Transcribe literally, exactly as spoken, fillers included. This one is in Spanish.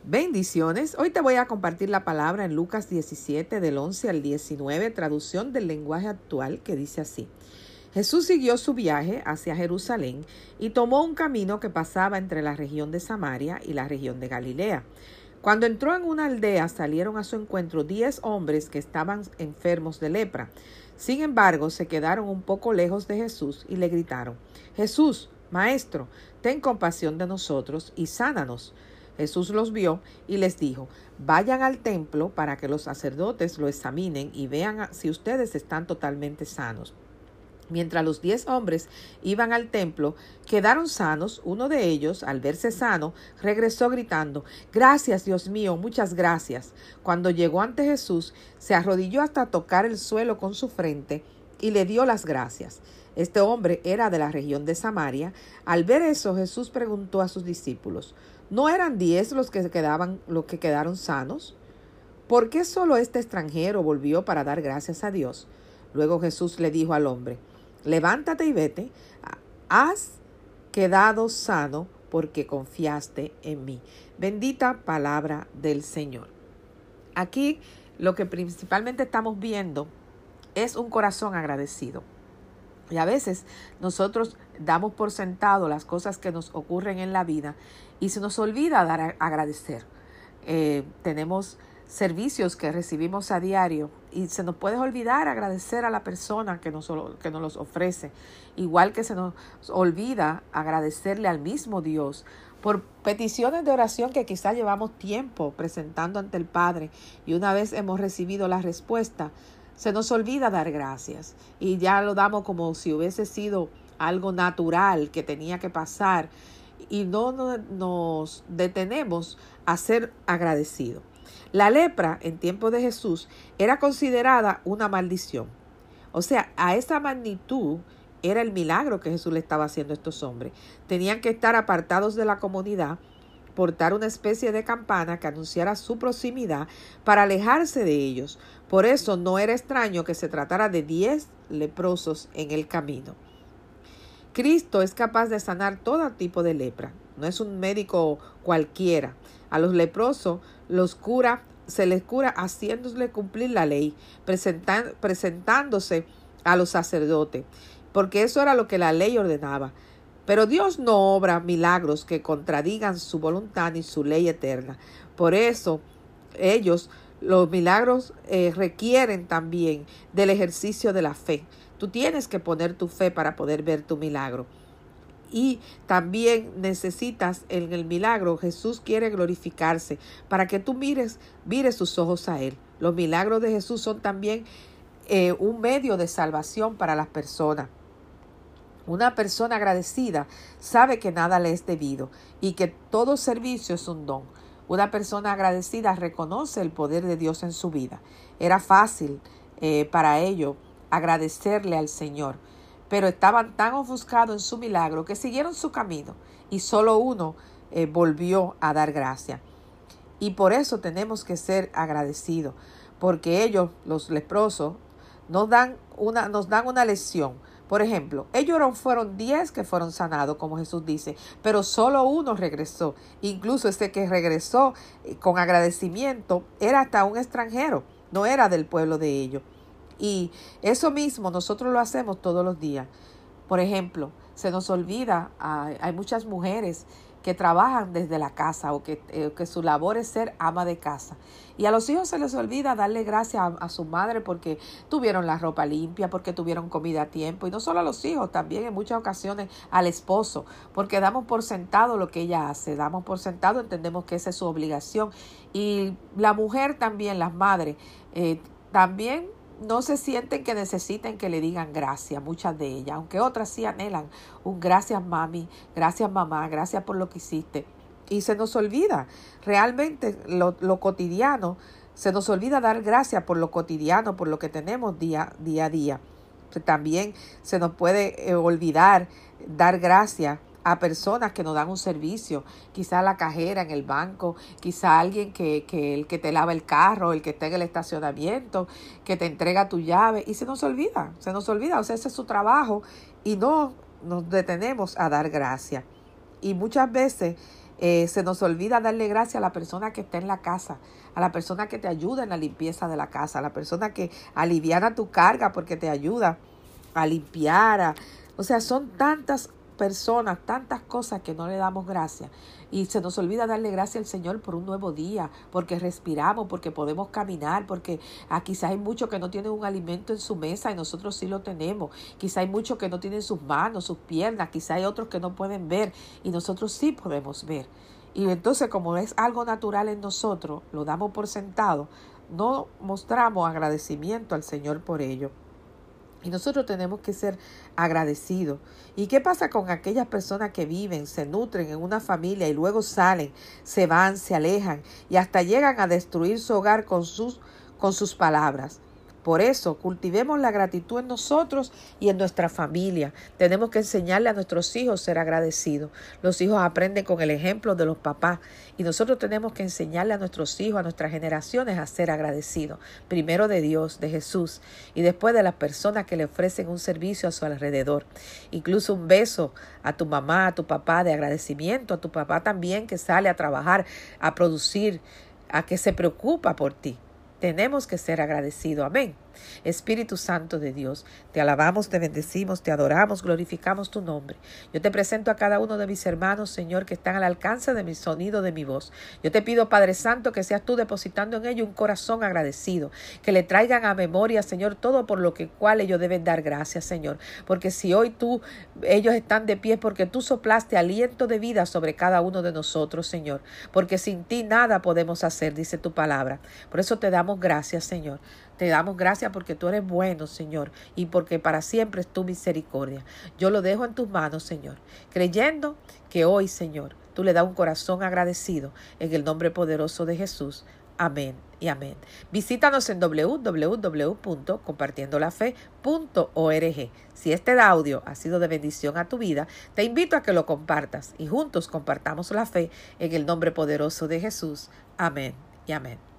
Bendiciones. Hoy te voy a compartir la palabra en Lucas diecisiete, del once al diecinueve, traducción del lenguaje actual, que dice así. Jesús siguió su viaje hacia Jerusalén y tomó un camino que pasaba entre la región de Samaria y la región de Galilea. Cuando entró en una aldea, salieron a su encuentro diez hombres que estaban enfermos de lepra. Sin embargo, se quedaron un poco lejos de Jesús y le gritaron: Jesús, Maestro, ten compasión de nosotros y sánanos. Jesús los vio y les dijo: vayan al templo para que los sacerdotes lo examinen y vean si ustedes están totalmente sanos. Mientras los diez hombres iban al templo, quedaron sanos. Uno de ellos, al verse sano, regresó gritando: gracias, Dios mío, muchas gracias. Cuando llegó ante Jesús, se arrodilló hasta tocar el suelo con su frente y le dio las gracias. Este hombre era de la región de Samaria. Al ver eso, Jesús preguntó a sus discípulos: ¿no eran diez los que quedaban, los que quedaron sanos? ¿Por qué solo este extranjero volvió para dar gracias a Dios? Luego Jesús le dijo al hombre: levántate y vete, has quedado sano porque confiaste en mí. Bendita palabra del Señor. Aquí lo que principalmente estamos viendo es un corazón agradecido. Y a veces nosotros damos por sentado las cosas que nos ocurren en la vida y se nos olvida dar a agradecer. Eh, tenemos servicios que recibimos a diario y se nos puede olvidar agradecer a la persona que nos, que nos los ofrece. Igual que se nos olvida agradecerle al mismo Dios por peticiones de oración que quizás llevamos tiempo presentando ante el Padre y una vez hemos recibido la respuesta, se nos olvida dar gracias y ya lo damos como si hubiese sido algo natural que tenía que pasar y no nos detenemos a ser agradecidos. La lepra en tiempo de Jesús era considerada una maldición. O sea, a esa magnitud era el milagro que Jesús le estaba haciendo a estos hombres. Tenían que estar apartados de la comunidad, portar una especie de campana que anunciara su proximidad para alejarse de ellos. Por eso no era extraño que se tratara de diez leprosos en el camino. Cristo es capaz de sanar todo tipo de lepra. No es un médico cualquiera. A los leprosos los cura, se les cura haciéndole cumplir la ley, presentan, presentándose a los sacerdotes, porque eso era lo que la ley ordenaba. Pero Dios no obra milagros que contradigan su voluntad ni su ley eterna. Por eso ellos, los milagros eh, requieren también del ejercicio de la fe. Tú tienes que poner tu fe para poder ver tu milagro. Y también necesitas en el milagro, Jesús quiere glorificarse para que tú mires, mires tus ojos a Él. Los milagros de Jesús son también eh, un medio de salvación para las personas. Una persona agradecida sabe que nada le es debido y que todo servicio es un don. Una persona agradecida reconoce el poder de Dios en su vida. Era fácil eh, para ellos agradecerle al Señor, pero estaban tan ofuscados en su milagro que siguieron su camino y solo uno eh, volvió a dar gracia. Y por eso tenemos que ser agradecidos, porque ellos, los leprosos, nos dan una, nos dan una lección. Por ejemplo, ellos fueron diez que fueron sanados, como Jesús dice, pero solo uno regresó. Incluso ese que regresó con agradecimiento era hasta un extranjero, no era del pueblo de ellos. Y eso mismo nosotros lo hacemos todos los días. Por ejemplo, se nos olvida, hay, hay muchas mujeres que trabajan desde la casa o que, eh, que su labor es ser ama de casa. Y a los hijos se les olvida darle gracias a, a su madre porque tuvieron la ropa limpia, porque tuvieron comida a tiempo. Y no solo a los hijos, también en muchas ocasiones al esposo, porque damos por sentado lo que ella hace, damos por sentado, entendemos que esa es su obligación. Y la mujer también, las madres, eh, también no se sienten que necesiten que le digan gracias, muchas de ellas, aunque otras sí anhelan un gracias mami, gracias mamá, gracias por lo que hiciste. Y se nos olvida realmente lo, lo cotidiano, se nos olvida dar gracias por lo cotidiano, por lo que tenemos día, día a día. También se nos puede eh, olvidar dar gracias a personas que nos dan un servicio, quizá la cajera en el banco, quizá alguien que, que el que te lava el carro, el que está en el estacionamiento, que te entrega tu llave, y se nos olvida, se nos olvida, o sea, ese es su trabajo y no nos detenemos a dar gracias. Y muchas veces Eh, se nos olvida darle gracias a la persona que está en la casa, a la persona que te ayuda en la limpieza de la casa, a la persona que aliviana tu carga porque te ayuda a limpiar. A, o sea, son tantas personas, tantas cosas que no le damos gracias. Y se nos olvida darle gracias al Señor por un nuevo día, porque respiramos, porque podemos caminar, porque ah, quizás hay muchos que no tienen un alimento en su mesa y nosotros sí lo tenemos. Quizás hay muchos que no tienen sus manos, sus piernas, quizás hay otros que no pueden ver y nosotros sí podemos ver. Y entonces, como es algo natural en nosotros, lo damos por sentado, no mostramos agradecimiento al Señor por ello. Y nosotros tenemos que ser agradecidos. ¿Y qué pasa con aquellas personas que viven, se nutren en una familia y luego salen, se van, se alejan y hasta llegan a destruir su hogar con sus, con sus palabras? Por eso, cultivemos la gratitud en nosotros y en nuestra familia. Tenemos que enseñarle a nuestros hijos a ser agradecidos. Los hijos aprenden con el ejemplo de los papás y nosotros tenemos que enseñarle a nuestros hijos, a nuestras generaciones a ser agradecidos. Primero de Dios, de Jesús y después de las personas que le ofrecen un servicio a su alrededor. Incluso un beso a tu mamá, a tu papá de agradecimiento, a tu papá también que sale a trabajar, a producir, a que se preocupa por ti. Tenemos que ser agradecidos. Amén. Espíritu Santo de Dios, te alabamos, te bendecimos, te adoramos, glorificamos tu nombre. Yo te presento a cada uno de mis hermanos, Señor, que están al alcance de mi sonido, de mi voz. Yo te pido, Padre Santo, que seas tú depositando en ellos un corazón agradecido, que le traigan a memoria, Señor, todo por lo que cual ellos deben dar gracias, Señor. Porque si hoy tú, ellos están de pie, porque tú soplaste aliento de vida sobre cada uno de nosotros, Señor. Porque sin ti nada podemos hacer, dice tu palabra. Por eso te damos gracias, Señor. Te damos gracias porque tú eres bueno, Señor, y porque para siempre es tu misericordia. Yo lo dejo en tus manos, Señor, creyendo que hoy, Señor, tú le das un corazón agradecido en el nombre poderoso de Jesús. Amén y amén. Visítanos en doble u doble u doble u punto compartiendo la fe punto org. Si este audio ha sido de bendición a tu vida, te invito a que lo compartas y juntos compartamos la fe en el nombre poderoso de Jesús. Amén y amén.